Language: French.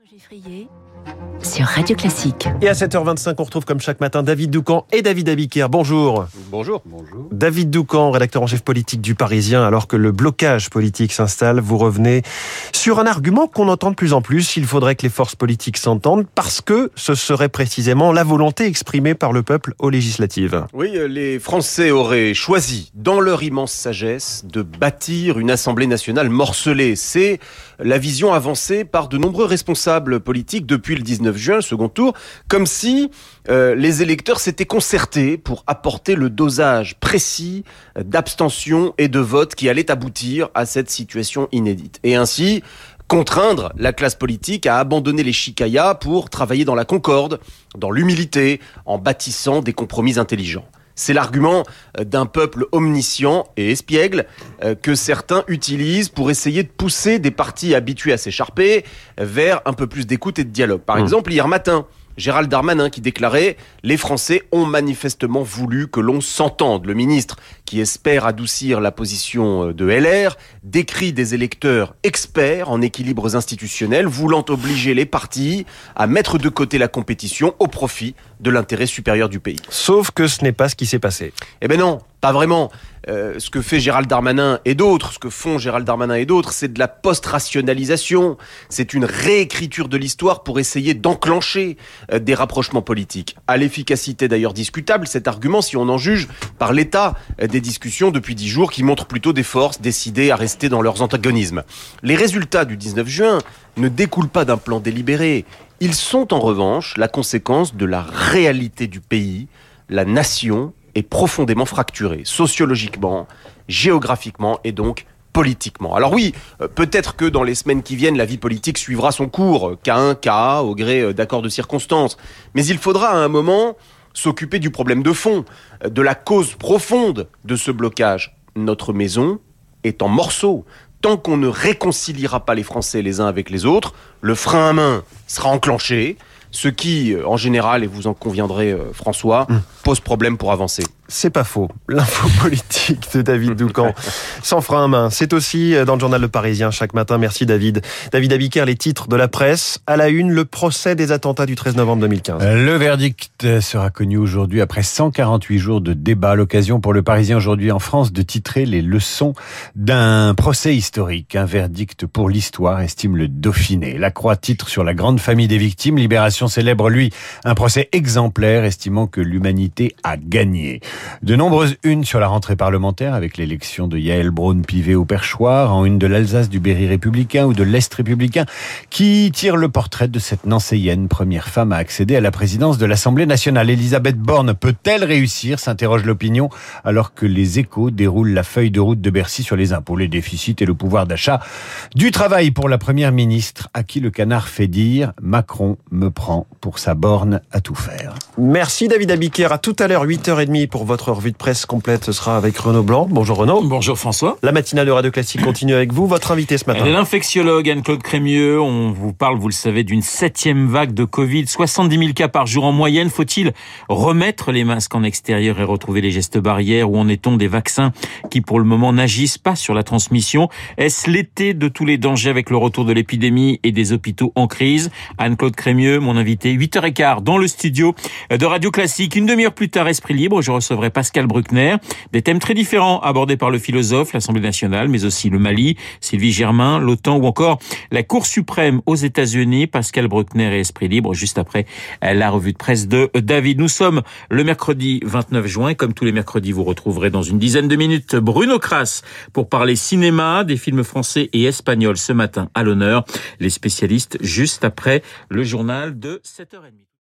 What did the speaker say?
Geffrier sur Radio Classique. Et à 7h25, on retrouve comme chaque matin David Doucan et David Abiker. Bonjour. Bonjour. David Doucan, rédacteur en chef politique du Parisien. Alors que le blocage politique s'installe, vous revenez sur un argument qu'on entend de plus en plus. Il faudrait que les forces politiques s'entendent parce que ce serait précisément la volonté exprimée par le peuple aux législatives. Oui, les Français auraient choisi, dans leur immense sagesse, de bâtir une Assemblée nationale morcelée. C'est la vision avancée par de nombreux responsables politiques depuis le 19 juin, le second tour, comme si les électeurs s'étaient concertés pour apporter le dosage précis d'abstention et de vote qui allait aboutir à cette situation inédite. Et ainsi, contraindre la classe politique à abandonner les chicayas pour travailler dans la concorde, dans l'humilité, en bâtissant des compromis intelligents. C'est l'argument d'un peuple omniscient et espiègle que certains utilisent pour essayer de pousser des partis habitués à s'écharper vers un peu plus d'écoute et de dialogue. Par exemple, hier matin, Gérald Darmanin qui déclarait « Les Français ont manifestement voulu que l'on s'entende ». Le ministre, qui espère adoucir la position de LR, décrit des électeurs experts en équilibres institutionnels voulant obliger les partis à mettre de côté la compétition au profit de l'intérêt supérieur du pays. Sauf que ce n'est pas ce qui s'est passé. Eh ben non, pas vraiment. Ce que fait Gérald Darmanin et d'autres, c'est de la post-rationalisation. C'est une réécriture de l'histoire pour essayer d'enclencher des rapprochements politiques. À l'efficacité d'ailleurs discutable, cet argument, si on en juge par l'état des discussions depuis 10 jours qui montrent plutôt des forces décidées à rester dans leurs antagonismes. Les résultats du 19 juin ne découlent pas d'un plan délibéré. Ils sont en revanche la conséquence de la réalité du pays, la nation est profondément fracturée, sociologiquement, géographiquement et donc politiquement. Alors oui, peut-être que dans les semaines qui viennent, la vie politique suivra son cours, cas 1, cas au gré d'accords de circonstances. Mais il faudra à un moment s'occuper du problème de fond, de la cause profonde de ce blocage. Notre maison est en morceaux. Tant qu'on ne réconciliera pas les Français les uns avec les autres, le frein à main sera enclenché, ce qui, en général, et vous en conviendrez, François, pose problème pour avancer. C'est pas faux. L'info politique de David Doucan. Sans frein à main. C'est aussi dans le journal Le Parisien chaque matin. Merci David. David Abiker, les titres de la presse. À la une, le procès des attentats du 13 novembre 2015. Le verdict sera connu aujourd'hui après 148 jours de débat. L'occasion pour Le Parisien aujourd'hui en France de titrer les leçons d'un procès historique. Un verdict pour l'histoire, estime le Dauphiné. La Croix titre sur la grande famille des victimes. Libération célèbre, lui, un procès exemplaire, estimant que l'humanité a gagné. De nombreuses unes sur la rentrée parlementaire avec l'élection de Yaël Braun-Pivet au Perchoir, en une de l'Alsace du Berry républicain ou de l'Est républicain, qui tire le portrait de cette Nancéienne, première femme à accéder à la présidence de l'Assemblée nationale. Elisabeth Borne peut-elle réussir, s'interroge l'opinion, alors que les Échos déroulent la feuille de route de Bercy sur les impôts, les déficits et le pouvoir d'achat. Du travail pour la première ministre, à qui le Canard fait dire « Macron me prend pour sa borne à tout faire ». Merci David Abiker. À tout à l'heure, 8h30 pour votre revue de presse complète. Ce sera avec Renaud Blanc. Bonjour Renaud. Bonjour François. La matinale de Radio Classique continue avec vous. Votre invité ce matin. L'infectiologue Anne-Claude Crémieux. On vous parle, vous le savez, d'une 7e vague de Covid. 70 000 cas par jour en moyenne. Faut-il remettre les masques en extérieur et retrouver les gestes barrières? Où en est-on des vaccins qui, pour le moment, n'agissent pas sur la transmission? Est-ce l'été de tous les dangers avec le retour de l'épidémie et des hôpitaux en crise? Anne-Claude Crémieux, mon invité, 8h15 dans le studio de Radio Classique. Une demi-heure plus tard, Esprit Libre, je recevrai Pascal Bruckner. Des thèmes très différents abordés par le philosophe, l'Assemblée nationale, mais aussi le Mali, Sylvie Germain, l'OTAN ou encore la Cour suprême aux États-Unis. Pascal Bruckner et Esprit Libre, juste après la revue de presse de David. Nous sommes le mercredi 29 juin. Comme tous les mercredis, vous retrouverez dans une dizaine de minutes Bruno Kras pour parler cinéma, des films français et espagnols ce matin à l'honneur. Les spécialistes juste après le journal de 7h30.